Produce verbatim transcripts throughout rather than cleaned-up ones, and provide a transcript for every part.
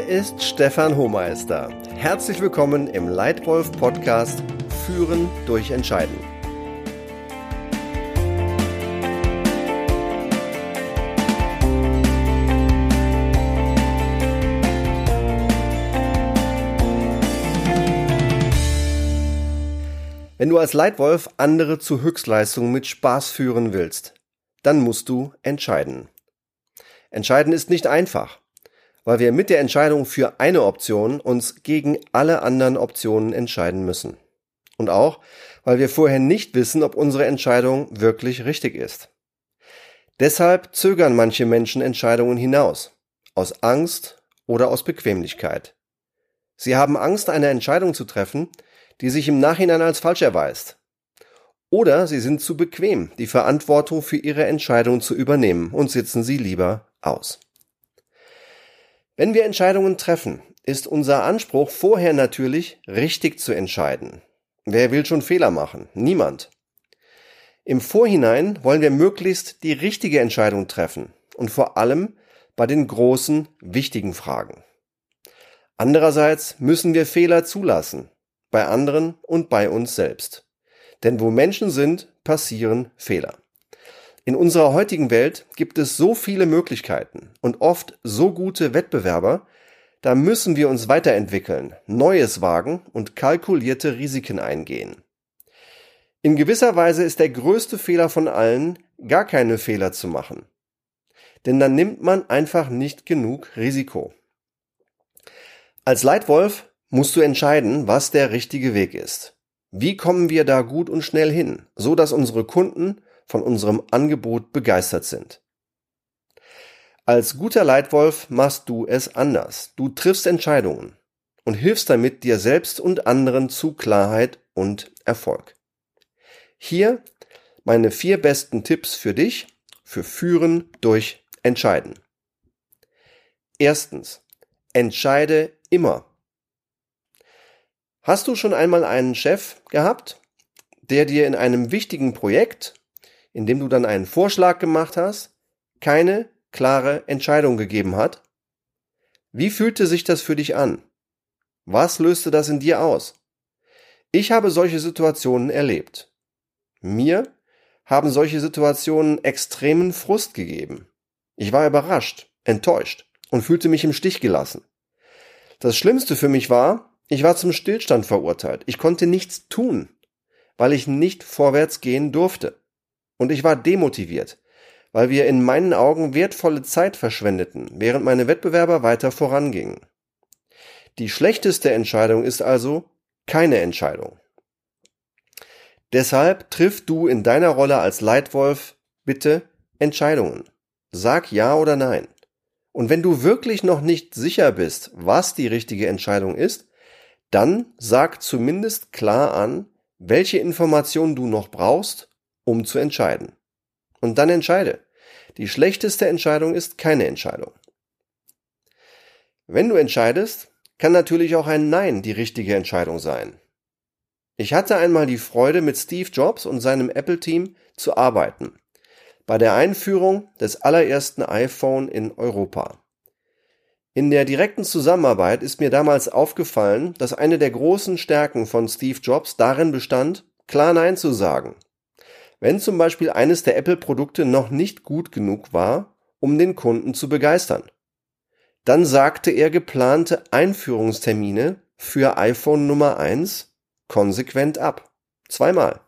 ist Stefan Hohmeister. Herzlich willkommen im Leitwolf Podcast Führen durch Entscheiden. Wenn du als Leitwolf andere zu Höchstleistungen mit Spaß führen willst, dann musst du entscheiden. Entscheiden ist nicht einfach, weil wir mit der Entscheidung für eine Option uns gegen alle anderen Optionen entscheiden müssen. Und auch, weil wir vorher nicht wissen, ob unsere Entscheidung wirklich richtig ist. Deshalb zögern manche Menschen Entscheidungen hinaus, aus Angst oder aus Bequemlichkeit. Sie haben Angst, eine Entscheidung zu treffen, die sich im Nachhinein als falsch erweist. Oder sie sind zu bequem, die Verantwortung für ihre Entscheidung zu übernehmen und sitzen sie lieber aus. Wenn wir Entscheidungen treffen, ist unser Anspruch vorher natürlich, richtig zu entscheiden. Wer will schon Fehler machen? Niemand. Im Vorhinein wollen wir möglichst die richtige Entscheidung treffen und vor allem bei den großen, wichtigen Fragen. Andererseits müssen wir Fehler zulassen, bei anderen und bei uns selbst. Denn wo Menschen sind, passieren Fehler. In unserer heutigen Welt gibt es so viele Möglichkeiten und oft so gute Wettbewerber, da müssen wir uns weiterentwickeln, Neues wagen und kalkulierte Risiken eingehen. In gewisser Weise ist der größte Fehler von allen, gar keine Fehler zu machen. Denn dann nimmt man einfach nicht genug Risiko. Als Leitwolf musst du entscheiden, was der richtige Weg ist. Wie kommen wir da gut und schnell hin, so dass unsere Kunden von unserem Angebot begeistert sind? Als guter Leitwolf machst du es anders. Du triffst Entscheidungen und hilfst damit dir selbst und anderen zu Klarheit und Erfolg. Hier meine vier besten Tipps für dich, für Führen durch Entscheiden. Erstens, entscheide immer. Hast du schon einmal einen Chef gehabt, der dir in einem wichtigen Projekt, in dem du dann einen Vorschlag gemacht hast, keine klare Entscheidung gegeben hat? Wie fühlte sich das für dich an? Was löste das in dir aus? Ich habe solche Situationen erlebt. Mir haben solche Situationen extremen Frust gegeben. Ich war überrascht, enttäuscht und fühlte mich im Stich gelassen. Das Schlimmste für mich war, ich war zum Stillstand verurteilt. Ich konnte nichts tun, weil ich nicht vorwärts gehen durfte. Und ich war demotiviert, weil wir in meinen Augen wertvolle Zeit verschwendeten, während meine Wettbewerber weiter vorangingen. Die schlechteste Entscheidung ist also keine Entscheidung. Deshalb triff du in deiner Rolle als Leitwolf bitte Entscheidungen. Sag ja oder nein. Und wenn du wirklich noch nicht sicher bist, was die richtige Entscheidung ist, dann sag zumindest klar an, welche Informationen du noch brauchst, um zu entscheiden. Und dann entscheide. Die schlechteste Entscheidung ist keine Entscheidung. Wenn du entscheidest, kann natürlich auch ein Nein die richtige Entscheidung sein. Ich hatte einmal die Freude, mit Steve Jobs und seinem Apple-Team zu arbeiten, bei der Einführung des allerersten iPhone in Europa. In der direkten Zusammenarbeit ist mir damals aufgefallen, dass eine der großen Stärken von Steve Jobs darin bestand, klar Nein zu sagen. Wenn zum Beispiel eines der Apple-Produkte noch nicht gut genug war, um den Kunden zu begeistern. Dann sagte er geplante Einführungstermine für iPhone Nummer eins konsequent ab. Zweimal.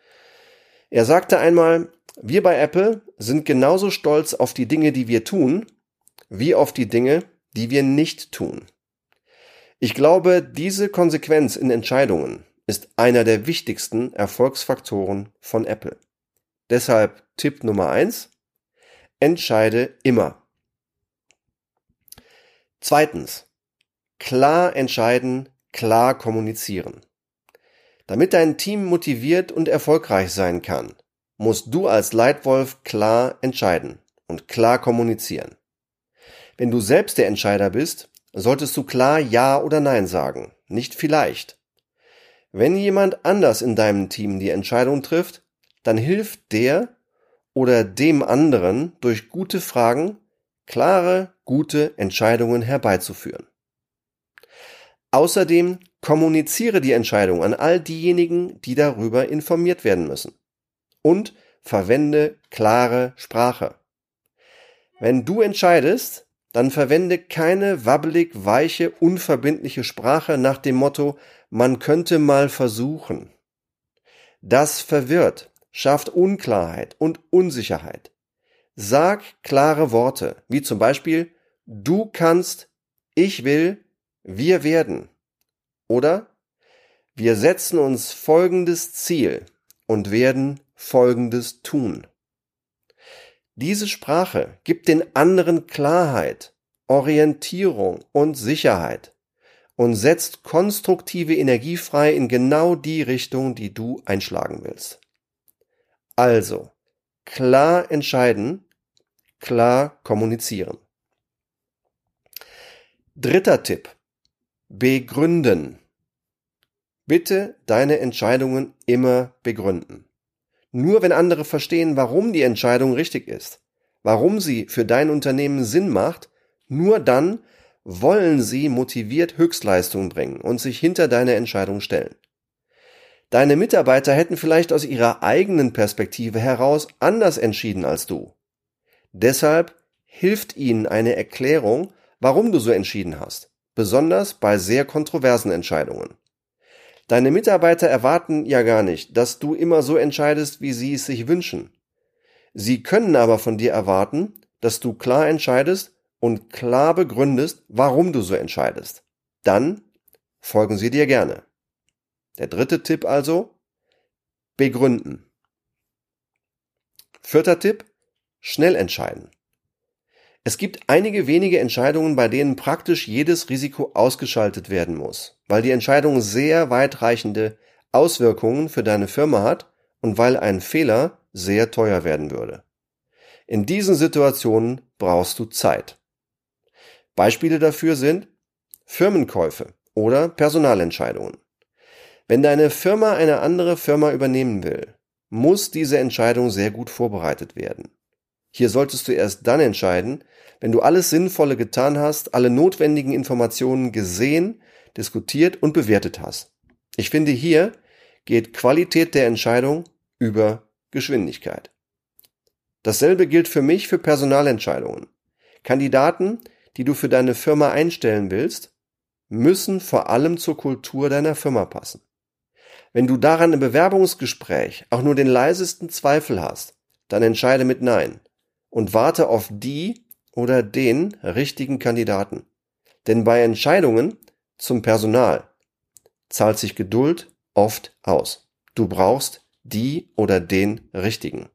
Er sagte einmal, wir bei Apple sind genauso stolz auf die Dinge, die wir tun, wie auf die Dinge, die wir nicht tun. Ich glaube, diese Konsequenz in Entscheidungen ist einer der wichtigsten Erfolgsfaktoren von Apple. Deshalb Tipp Nummer eins, entscheide immer. Zweitens, klar entscheiden, klar kommunizieren. Damit dein Team motiviert und erfolgreich sein kann, musst du als Leitwolf klar entscheiden und klar kommunizieren. Wenn du selbst der Entscheider bist, solltest du klar Ja oder Nein sagen, nicht vielleicht. Wenn jemand anders in deinem Team die Entscheidung trifft, dann hilft der oder dem anderen durch gute Fragen klare, gute Entscheidungen herbeizuführen. Außerdem kommuniziere die Entscheidung an all diejenigen, die darüber informiert werden müssen. Und verwende klare Sprache. Wenn du entscheidest, dann verwende keine wabbelig, weiche, unverbindliche Sprache nach dem Motto, man könnte mal versuchen. Das verwirrt, schafft Unklarheit und Unsicherheit. Sag klare Worte, wie zum Beispiel, du kannst, ich will, wir werden. Oder, wir setzen uns folgendes Ziel und werden Folgendes tun. Diese Sprache gibt den anderen Klarheit, Orientierung und Sicherheit und setzt konstruktive Energie frei in genau die Richtung, die du einschlagen willst. Also, klar entscheiden, klar kommunizieren. Dritter Tipp. Begründen. Bitte deine Entscheidungen immer begründen. Nur wenn andere verstehen, warum die Entscheidung richtig ist, warum sie für dein Unternehmen Sinn macht, nur dann wollen sie motiviert Höchstleistung bringen und sich hinter deine Entscheidung stellen. Deine Mitarbeiter hätten vielleicht aus ihrer eigenen Perspektive heraus anders entschieden als du. Deshalb hilft ihnen eine Erklärung, warum du so entschieden hast, besonders bei sehr kontroversen Entscheidungen. Deine Mitarbeiter erwarten ja gar nicht, dass du immer so entscheidest, wie sie es sich wünschen. Sie können aber von dir erwarten, dass du klar entscheidest und klar begründest, warum du so entscheidest. Dann folgen sie dir gerne. Der dritte Tipp also, begründen. Vierter Tipp, schnell entscheiden. Es gibt einige wenige Entscheidungen, bei denen praktisch jedes Risiko ausgeschaltet werden muss, weil die Entscheidung sehr weitreichende Auswirkungen für deine Firma hat und weil ein Fehler sehr teuer werden würde. In diesen Situationen brauchst du Zeit. Beispiele dafür sind Firmenkäufe oder Personalentscheidungen. Wenn deine Firma eine andere Firma übernehmen will, muss diese Entscheidung sehr gut vorbereitet werden. Hier solltest du erst dann entscheiden, wenn du alles Sinnvolle getan hast, alle notwendigen Informationen gesehen, diskutiert und bewertet hast. Ich finde, hier geht Qualität der Entscheidung über Geschwindigkeit. Dasselbe gilt für mich für Personalentscheidungen. Kandidaten, die du für deine Firma einstellen willst, müssen vor allem zur Kultur deiner Firma passen. Wenn du daran im Bewerbungsgespräch auch nur den leisesten Zweifel hast, dann entscheide mit Nein und warte auf die oder den richtigen Kandidaten. Denn bei Entscheidungen zum Personal zahlt sich Geduld oft aus. Du brauchst die oder den richtigen.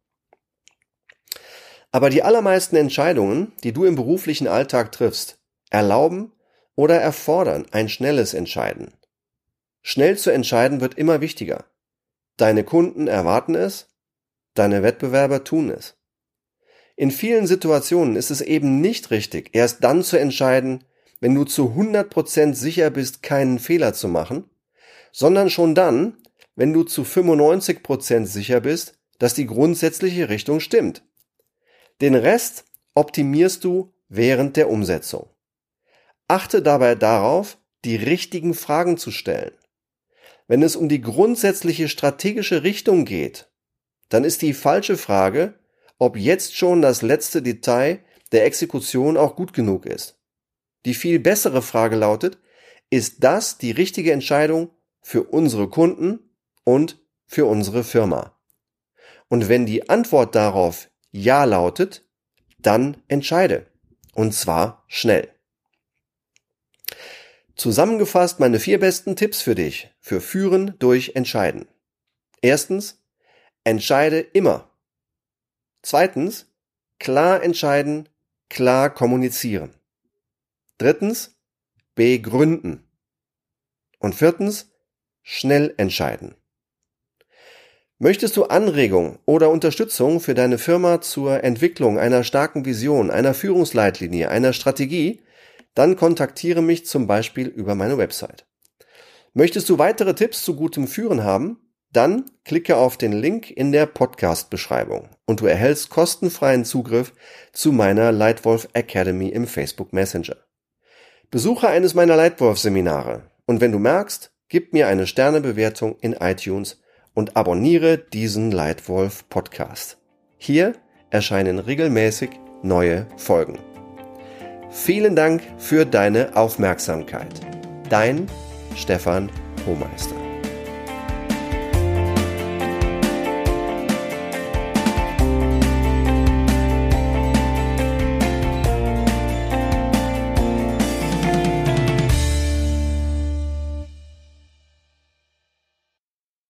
Aber die allermeisten Entscheidungen, die du im beruflichen Alltag triffst, erlauben oder erfordern ein schnelles Entscheiden. Schnell zu entscheiden wird immer wichtiger. Deine Kunden erwarten es, deine Wettbewerber tun es. In vielen Situationen ist es eben nicht richtig, erst dann zu entscheiden, wenn du zu hundert Prozent sicher bist, keinen Fehler zu machen, sondern schon dann, wenn du zu fünfundneunzig Prozent sicher bist, dass die grundsätzliche Richtung stimmt. Den Rest optimierst du während der Umsetzung. Achte dabei darauf, die richtigen Fragen zu stellen. Wenn es um die grundsätzliche strategische Richtung geht, dann ist die falsche Frage, ob jetzt schon das letzte Detail der Exekution auch gut genug ist. Die viel bessere Frage lautet, ist das die richtige Entscheidung für unsere Kunden und für unsere Firma? Und wenn die Antwort darauf Ja lautet, dann entscheide. Und zwar schnell. Zusammengefasst meine vier besten Tipps für dich für Führen durch Entscheiden. Erstens, entscheide immer. Zweitens, klar entscheiden, klar kommunizieren. Drittens, begründen. Und viertens, schnell entscheiden. Möchtest du Anregungen oder Unterstützung für deine Firma zur Entwicklung einer starken Vision, einer Führungsleitlinie, einer Strategie? Dann kontaktiere mich zum Beispiel über meine Website. Möchtest du weitere Tipps zu gutem Führen haben? Dann klicke auf den Link in der Podcast-Beschreibung und du erhältst kostenfreien Zugriff zu meiner Leitwolf Academy im Facebook Messenger. Besuche eines meiner Leitwolf-Seminare Und wenn du magst, gib mir eine Sternebewertung in iTunes und abonniere diesen Leitwolf Podcast. Hier erscheinen regelmäßig neue Folgen. Vielen Dank für deine Aufmerksamkeit. Dein Stefan Hohmeister.